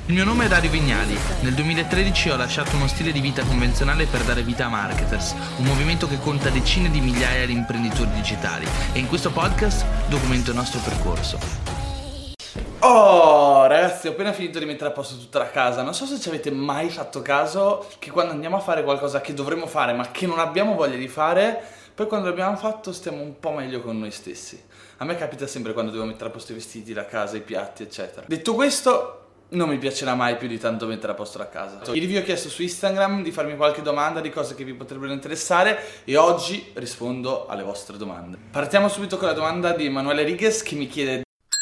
Il mio nome è Dario Vignali. Nel 2013 ho lasciato uno stile di vita convenzionale per dare vita a Marketers, un movimento che conta decine di migliaia di imprenditori digitali, e in questo podcast documento il nostro percorso. Oh ragazzi, ho appena finito di mettere a posto tutta la casa. Non so se ci avete mai fatto caso che quando andiamo a fare qualcosa che dovremmo fare ma che non abbiamo voglia di fare, poi quando l'abbiamo fatto stiamo un po' meglio con noi stessi. A me capita sempre quando devo mettere a posto i vestiti, la casa, i piatti eccetera. Detto questo, non mi piacerà mai più di tanto mettere a posto la casa. Ieri vi ho chiesto su Instagram di farmi qualche domanda di cose che vi potrebbero interessare e oggi rispondo alle vostre domande. Partiamo subito con la domanda di Emanuele Righes che mi chiede: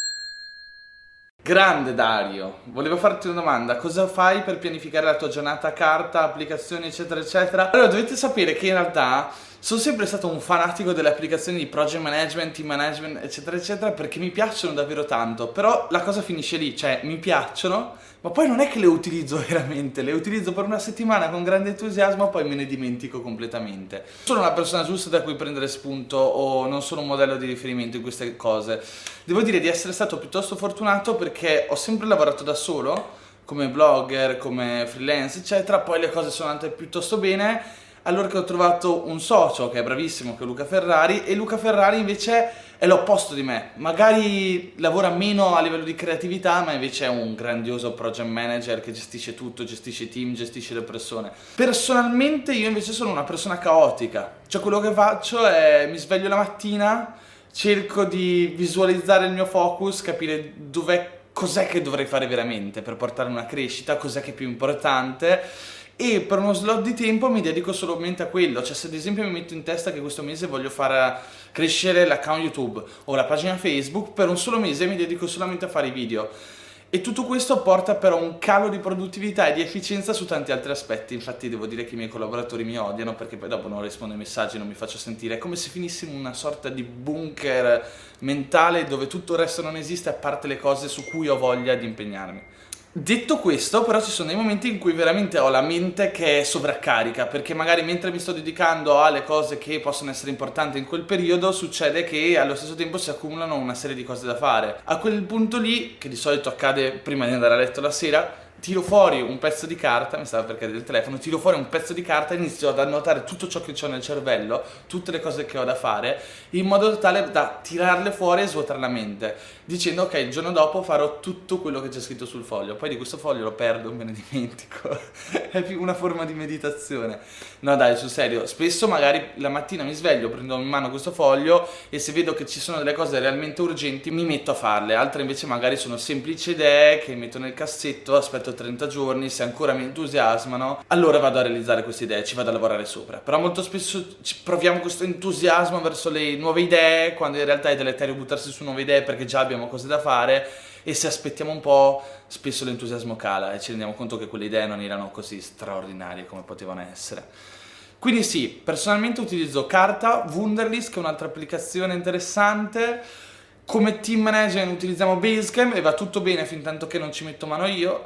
grande Dario, volevo farti una domanda: cosa fai per pianificare la tua giornata a carta, applicazioni eccetera eccetera? Allora, dovete sapere che in realtà sono sempre stato un fanatico delle applicazioni di project management, team management eccetera eccetera, perché mi piacciono davvero tanto. Però la cosa finisce lì, cioè mi piacciono, ma poi non è che le utilizzo veramente, le utilizzo per una settimana con grande entusiasmo, poi me ne dimentico completamente. Sono una persona giusta da cui prendere spunto o non sono un modello di riferimento in queste cose. Devo dire di essere stato piuttosto fortunato perché ho sempre lavorato da solo, come blogger, come freelance eccetera, poi le cose sono andate piuttosto bene. Allora che ho trovato un socio che è bravissimo, che è Luca Ferrari, e Luca Ferrari invece è l'opposto di me. Magari lavora meno a livello di creatività, ma invece è un grandioso project manager che gestisce tutto, gestisce i team, gestisce le persone. Personalmente io invece sono una persona caotica. Cioè quello che faccio è mi sveglio la mattina, cerco di visualizzare il mio focus, capire cos'è che dovrei fare veramente per portare una crescita, cos'è che è più importante. E per uno slot di tempo mi dedico solamente a quello. Cioè se ad esempio mi metto in testa che questo mese voglio far crescere l'account YouTube o la pagina Facebook, per un solo mese mi dedico solamente a fare i video. E tutto questo porta però un calo di produttività e di efficienza su tanti altri aspetti. Infatti devo dire che i miei collaboratori mi odiano perché poi dopo non rispondo ai messaggi, non mi faccio sentire. È come se finissi in una sorta di bunker mentale dove tutto il resto non esiste a parte le cose su cui ho voglia di impegnarmi. Detto questo, però ci sono dei momenti in cui veramente ho la mente che è sovraccarica, perché magari mentre mi sto dedicando alle cose che possono essere importanti in quel periodo, succede che allo stesso tempo si accumulano una serie di cose da fare. A quel punto lì, che di solito accade prima di andare a letto la sera, tiro fuori un pezzo di carta, mi stava per cadere il telefono, tiro fuori un pezzo di carta e inizio ad annotare tutto ciò che ho nel cervello, tutte le cose che ho da fare, in modo tale da tirarle fuori e svuotare la mente, dicendo ok, il giorno dopo farò tutto quello che c'è scritto sul foglio. Poi di questo foglio lo perdo, me ne dimentico. È più una forma di meditazione. No dai, sul serio, spesso magari la mattina mi sveglio, prendo in mano questo foglio e se vedo che ci sono delle cose realmente urgenti mi metto a farle. Altre invece magari sono semplici idee che metto nel cassetto, aspetto 30 giorni, se ancora mi entusiasmano, allora vado a realizzare queste idee, ci vado a lavorare sopra. Però molto spesso proviamo questo entusiasmo verso le nuove idee, quando in realtà è deleterio buttarsi su nuove idee perché già abbiamo cose da fare, e se aspettiamo un po' spesso l'entusiasmo cala e ci rendiamo conto che quelle idee non erano così straordinarie come potevano essere. Quindi sì, personalmente utilizzo carta, Wunderlist che è un'altra applicazione interessante. Come team manager utilizziamo Basecamp e va tutto bene fin tanto che non ci metto mano io.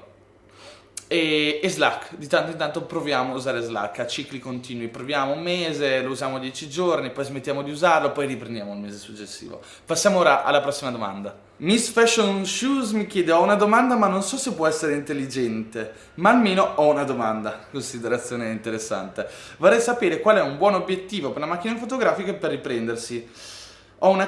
E Slack, di tanto in tanto proviamo a usare Slack a cicli continui, proviamo un mese, lo usiamo 10 giorni, poi smettiamo di usarlo, poi riprendiamo il mese successivo. Passiamo ora alla prossima domanda. Miss Fashion Shoes mi chiede: ho una domanda ma non so se può essere intelligente, ma almeno ho una domanda, considerazione interessante. Vorrei sapere qual è un buon obiettivo per una macchina fotografica per riprendersi. Ho una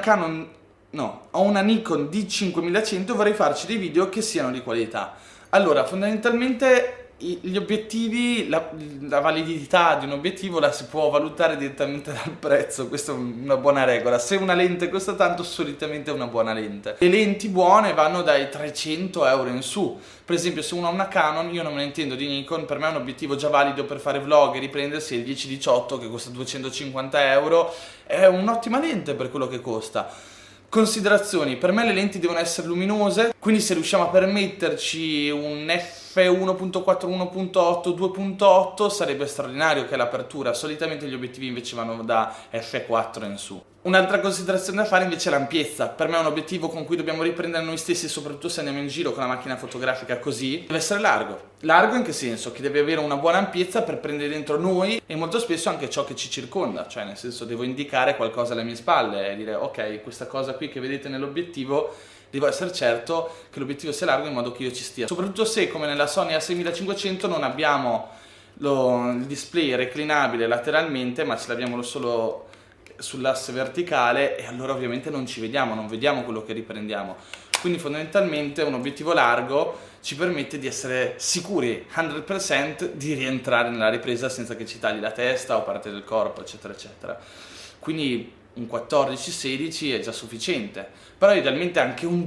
Nikon D5100 e vorrei farci dei video che siano di qualità. Allora, fondamentalmente gli obiettivi, la validità di un obiettivo la si può valutare direttamente dal prezzo, questa è una buona regola. Se una lente costa tanto, solitamente è una buona lente. Le lenti buone vanno dai 300 euro in su. Per esempio, se uno ha una Canon, io non me ne intendo di Nikon, per me è un obiettivo già valido per fare vlog e riprendersi è il 10-18 che costa 250 euro, è un'ottima lente per quello che costa. Considerazioni: per me le lenti devono essere luminose, quindi se riusciamo a permetterci un f1.4, 1.8, 2.8 sarebbe straordinario, che è l'apertura. Solitamente gli obiettivi invece vanno da f4 in su. Un'altra considerazione da fare invece è l'ampiezza. Per me è un obiettivo con cui dobbiamo riprendere noi stessi, soprattutto se andiamo in giro con la macchina fotografica così. Deve essere largo. Largo in che senso? Che deve avere una buona ampiezza per prendere dentro noi e molto spesso anche ciò che ci circonda. Cioè nel senso, devo indicare qualcosa alle mie spalle e dire ok, questa cosa qui che vedete nell'obiettivo devo essere certo che l'obiettivo sia largo in modo che io ci stia. Soprattutto se, come nella Sony A6500, non abbiamo il display reclinabile lateralmente, ma ce l'abbiamo solo sull'asse verticale, e allora ovviamente non ci vediamo, non vediamo quello che riprendiamo. Quindi fondamentalmente un obiettivo largo ci permette di essere sicuri 100% di rientrare nella ripresa senza che ci tagli la testa o parte del corpo, eccetera eccetera. Quindi un 14-16 è già sufficiente, però idealmente anche un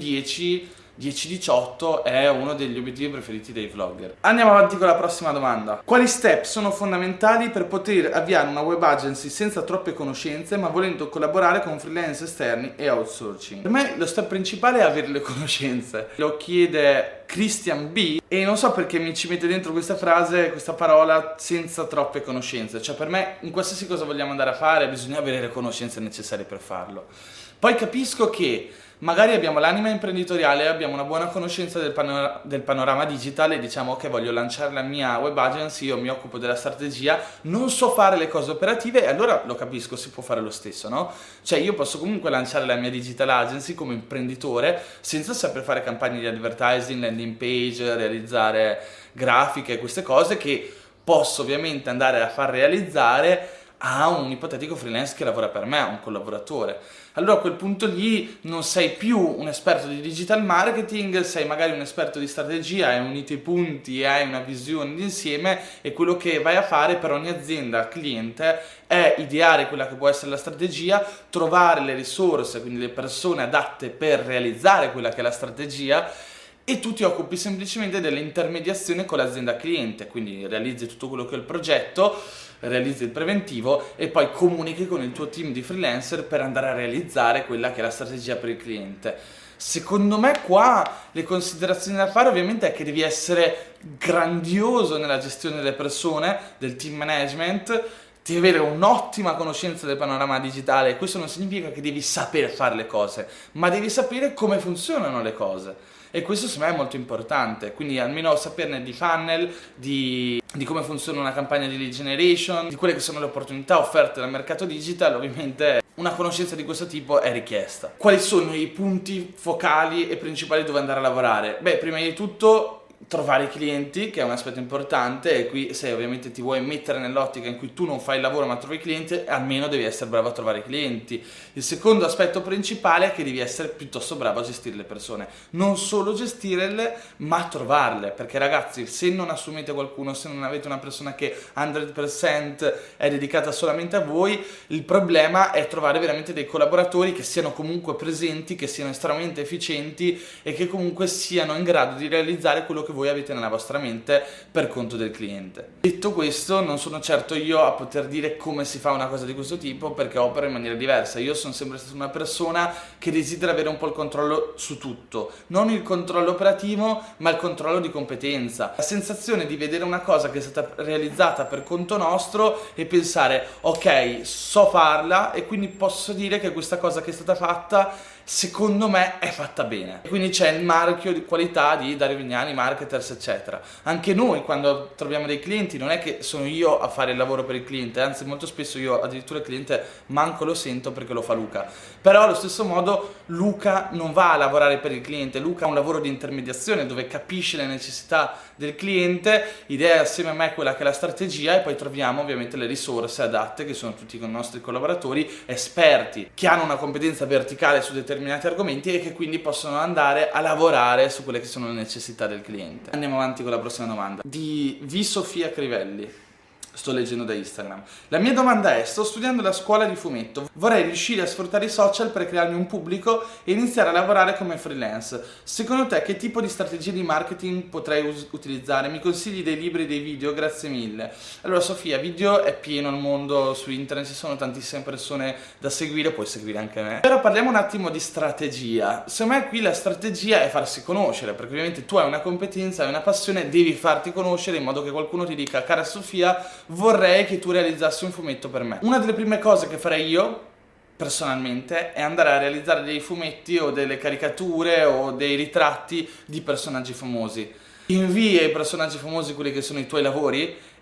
10-18 è uno degli obiettivi preferiti dei vlogger. Andiamo avanti con la prossima domanda. Quali step sono fondamentali per poter avviare una web agency senza troppe conoscenze, ma volendo collaborare con freelance esterni e outsourcing? Per me lo step principale è avere le conoscenze. Lo chiede Christian B, e non so perché mi ci mette dentro questa frase, questa parola, senza troppe conoscenze. Cioè, per me, in qualsiasi cosa vogliamo andare a fare, bisogna avere le conoscenze necessarie per farlo. Poi capisco che magari abbiamo l'anima imprenditoriale, abbiamo una buona conoscenza del panorama digitale e diciamo che voglio lanciare la mia web agency, io mi occupo della strategia, non so fare le cose operative, e allora lo capisco, si può fare lo stesso, no? Cioè io posso comunque lanciare la mia digital agency come imprenditore senza saper fare campagne di advertising, landing page, realizzare grafiche, queste cose che posso ovviamente andare a far realizzare a un ipotetico freelance che lavora per me, a un collaboratore. Allora a quel punto lì non sei più un esperto di digital marketing, sei magari un esperto di strategia, hai unito i punti, hai una visione d'insieme, e quello che vai a fare per ogni azienda cliente è ideare quella che può essere la strategia, trovare le risorse, quindi le persone adatte per realizzare quella che è la strategia, e tu ti occupi semplicemente dell'intermediazione con l'azienda cliente, quindi realizzi tutto quello che è il progetto, realizzi il preventivo e poi comunichi con il tuo team di freelancer per andare a realizzare quella che è la strategia per il cliente. Secondo me qua le considerazioni da fare ovviamente è che devi essere grandioso nella gestione delle persone, del team management, devi avere un'ottima conoscenza del panorama digitale. Questo non significa che devi saper fare le cose, ma devi sapere come funzionano le cose. E questo secondo me è molto importante, quindi almeno saperne di funnel, di come funziona una campagna di lead generation, di quelle che sono le opportunità offerte dal mercato digital. Ovviamente una conoscenza di questo tipo è richiesta. Quali sono i punti focali e principali dove andare a lavorare? Beh, prima di tutto trovare i clienti, che è un aspetto importante, e qui se ovviamente ti vuoi mettere nell'ottica in cui tu non fai il lavoro ma trovi i clienti, almeno devi essere bravo a trovare i clienti. Il secondo aspetto principale è che devi essere piuttosto bravo a gestire le persone, non solo gestirle ma trovarle, perché ragazzi, se non assumete qualcuno, se non avete una persona che 100% è dedicata solamente a voi, il problema è trovare veramente dei collaboratori che siano comunque presenti, che siano estremamente efficienti e che comunque siano in grado di realizzare quello che voi avete nella vostra mente per conto del cliente. Detto questo, non sono certo io a poter dire come si fa una cosa di questo tipo, perché opero in maniera diversa. Io sono sempre stata una persona che desidera avere un po' il controllo su tutto, non il controllo operativo ma il controllo di competenza, la sensazione di vedere una cosa che è stata realizzata per conto nostro e pensare ok, so farla, e quindi posso dire che questa cosa che è stata fatta secondo me è fatta bene, e quindi c'è il marchio di qualità di Dario Vignani, marketers eccetera. Anche noi quando troviamo dei clienti non è che sono io a fare il lavoro per il cliente, anzi molto spesso io addirittura il cliente manco lo sento perché lo fa Luca. Però allo stesso modo Luca non va a lavorare per il cliente, Luca ha un lavoro di intermediazione dove capisce le necessità del cliente, idea assieme a me quella che è la strategia, e poi troviamo ovviamente le risorse adatte, che sono tutti i nostri collaboratori esperti che hanno una competenza verticale su determinati argomenti e che quindi possono andare a lavorare su quelle che sono le necessità del cliente. Andiamo avanti con la prossima domanda di V. Sofia Crivelli. Sto leggendo da Instagram. La mia domanda è: sto studiando la scuola di fumetto, vorrei riuscire a sfruttare i social per crearmi un pubblico e iniziare a lavorare come freelance. Secondo te che tipo di strategie di marketing potrei utilizzare? Mi consigli dei libri, dei video? Grazie mille. Allora Sofia, video è pieno il mondo su internet, ci sono tantissime persone da seguire, puoi seguire anche me. Però parliamo un attimo di strategia. Secondo me qui la strategia è farsi conoscere, perché ovviamente tu hai una competenza, hai una passione, devi farti conoscere in modo che qualcuno ti dica: cara Sofia, vorrei che tu realizzassi un fumetto per me. Una delle prime cose che farei io personalmente è andare a realizzare dei fumetti o delle caricature o dei ritratti di personaggi famosi. Invii ai personaggi famosi quelli che sono i tuoi lavori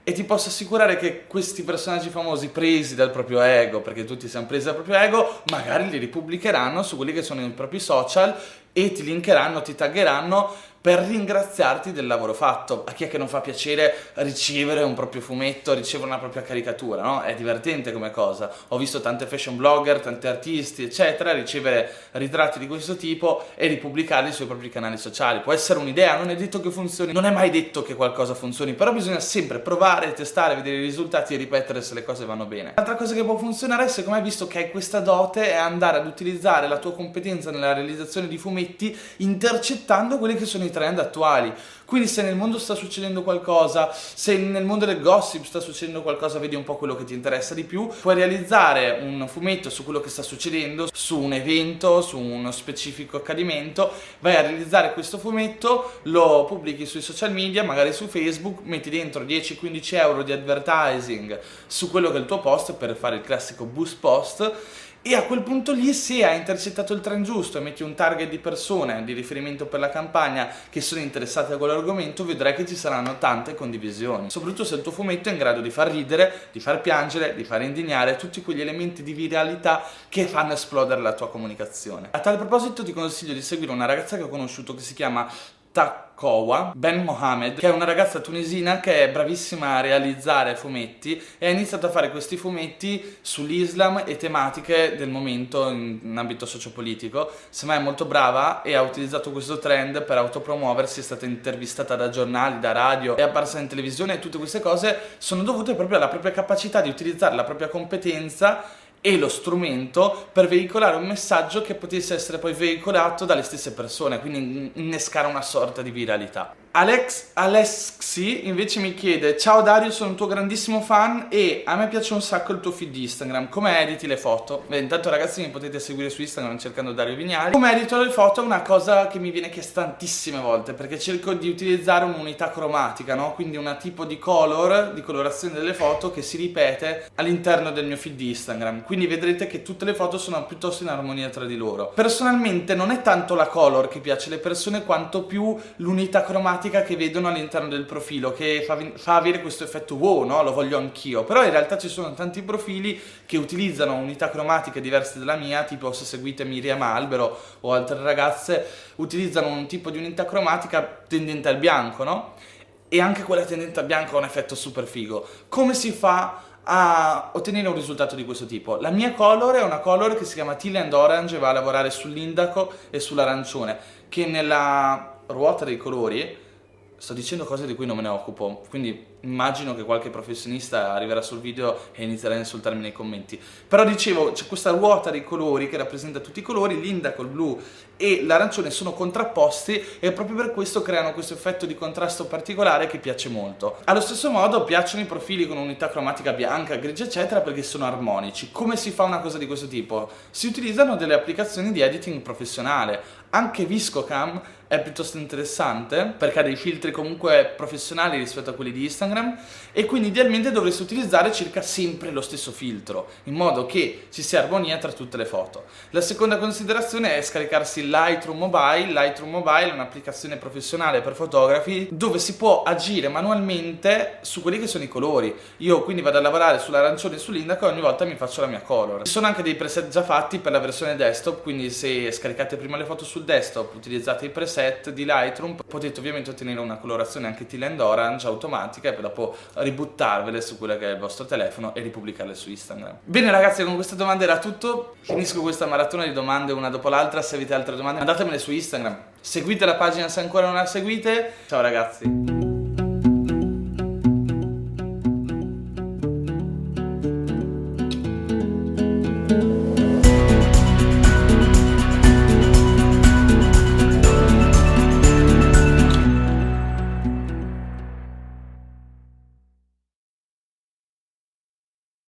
e ti posso assicurare che questi personaggi famosi presi dal proprio ego, perché tutti siamo presi dal proprio ego, magari li ripubblicheranno su quelli che sono i propri social e ti linkeranno, ti taggeranno per ringraziarti del lavoro fatto. A chi è che non fa piacere ricevere un proprio fumetto, ricevere una propria caricatura, no? È divertente come cosa. Ho visto tante fashion blogger, tanti artisti, eccetera, ricevere ritratti di questo tipo e ripubblicarli sui propri canali sociali. Può essere un'idea, non è detto che funzioni, non è mai detto che qualcosa funzioni, però bisogna sempre provare, testare, vedere i risultati e ripetere se le cose vanno bene. L'altra cosa che può funzionare, secondo me, visto che hai questa dote, è andare ad utilizzare la tua competenza nella realizzazione di fumetti intercettando quelli che sono i trend attuali. Quindi se nel mondo sta succedendo qualcosa, se nel mondo del gossip sta succedendo qualcosa, vedi un po' quello che ti interessa di più, puoi realizzare un fumetto su quello che sta succedendo, su un evento, su uno specifico accadimento, vai a realizzare questo fumetto, lo pubblichi sui social media, magari su Facebook, metti dentro 10-15 euro di advertising su quello che è il tuo post per fare il classico boost post. E a quel punto lì, se hai intercettato il trend giusto e metti un target di persone di riferimento per la campagna che sono interessate a quell'argomento, vedrai che ci saranno tante condivisioni. Soprattutto se il tuo fumetto è in grado di far ridere, di far piangere, di far indignare, tutti quegli elementi di viralità che fanno esplodere la tua comunicazione. A tale proposito ti consiglio di seguire una ragazza che ho conosciuto che si chiama Takowa Ben Mohamed, che è una ragazza tunisina che è bravissima a realizzare fumetti e ha iniziato a fare questi fumetti sull'Islam e tematiche del momento in ambito sociopolitico. Secondo me è molto brava e ha utilizzato questo trend per autopromuoversi, è stata intervistata da giornali, da radio, è apparsa in televisione, e tutte queste cose sono dovute proprio alla propria capacità di utilizzare la propria competenza e lo strumento per veicolare un messaggio che potesse essere poi veicolato dalle stesse persone, quindi innescare una sorta di viralità. Alexi invece mi chiede: ciao Dario, sono un tuo grandissimo fan e a me piace un sacco il tuo feed di Instagram, come editi le foto? Beh, intanto ragazzi mi potete seguire su Instagram cercando Dario Vignali. Come edito le foto è una cosa che mi viene chiesta tantissime volte, perché cerco di utilizzare un'unità cromatica, no? Quindi un tipo di color, di colorazione delle foto che si ripete all'interno del mio feed di Instagram, quindi vedrete che tutte le foto sono piuttosto in armonia tra di loro. Personalmente non è tanto la color che piace alle persone quanto più l'unità cromatica che vedono all'interno del profilo, che fa avere questo effetto wow, no? Lo voglio anch'io. Però in realtà ci sono tanti profili che utilizzano unità cromatiche diverse dalla mia, tipo se seguite Miriam Albero o altre ragazze, utilizzano un tipo di unità cromatica tendente al bianco, no? E anche quella tendente al bianco ha un effetto super figo. Come si fa a ottenere un risultato di questo tipo? La mia color è una color che si chiama Teal and Orange e va a lavorare sull'indaco e sull'arancione, che nella ruota dei colori, sto dicendo cose di cui non me ne occupo, quindi immagino che qualche professionista arriverà sul video e inizierà a insultarmi nei commenti. Però dicevo, c'è questa ruota dei colori che rappresenta tutti i colori, l'indaco, il blu e l'arancione sono contrapposti e proprio per questo creano questo effetto di contrasto particolare che piace molto. Allo stesso modo piacciono i profili con unità cromatica bianca, grigia eccetera, perché sono armonici. Come si fa una cosa di questo tipo? Si utilizzano delle applicazioni di editing professionale. Anche ViscoCam è piuttosto interessante perché ha dei filtri comunque professionali rispetto a quelli di Instagram, e quindi idealmente dovresti utilizzare circa sempre lo stesso filtro in modo che ci sia armonia tra tutte le foto. La seconda considerazione è scaricarsi Lightroom Mobile. Lightroom Mobile è un'applicazione professionale per fotografi dove si può agire manualmente su quelli che sono i colori. Io quindi vado a lavorare sull'arancione e sull'indaco e ogni volta mi faccio la mia color. Ci sono anche dei preset già fatti per la versione desktop, quindi se scaricate prima le foto sul desktop, utilizzate i preset di Lightroom, potete ovviamente ottenere una colorazione anche Teal and Orange automatica e poi dopo ributtarvele su quello che è il vostro telefono e ripubblicarle su Instagram. Bene ragazzi, con questa domanda era tutto. Finisco questa maratona di domande una dopo l'altra. Se avete altre domande mandatemele su Instagram, seguite la pagina se ancora non la seguite. Ciao ragazzi.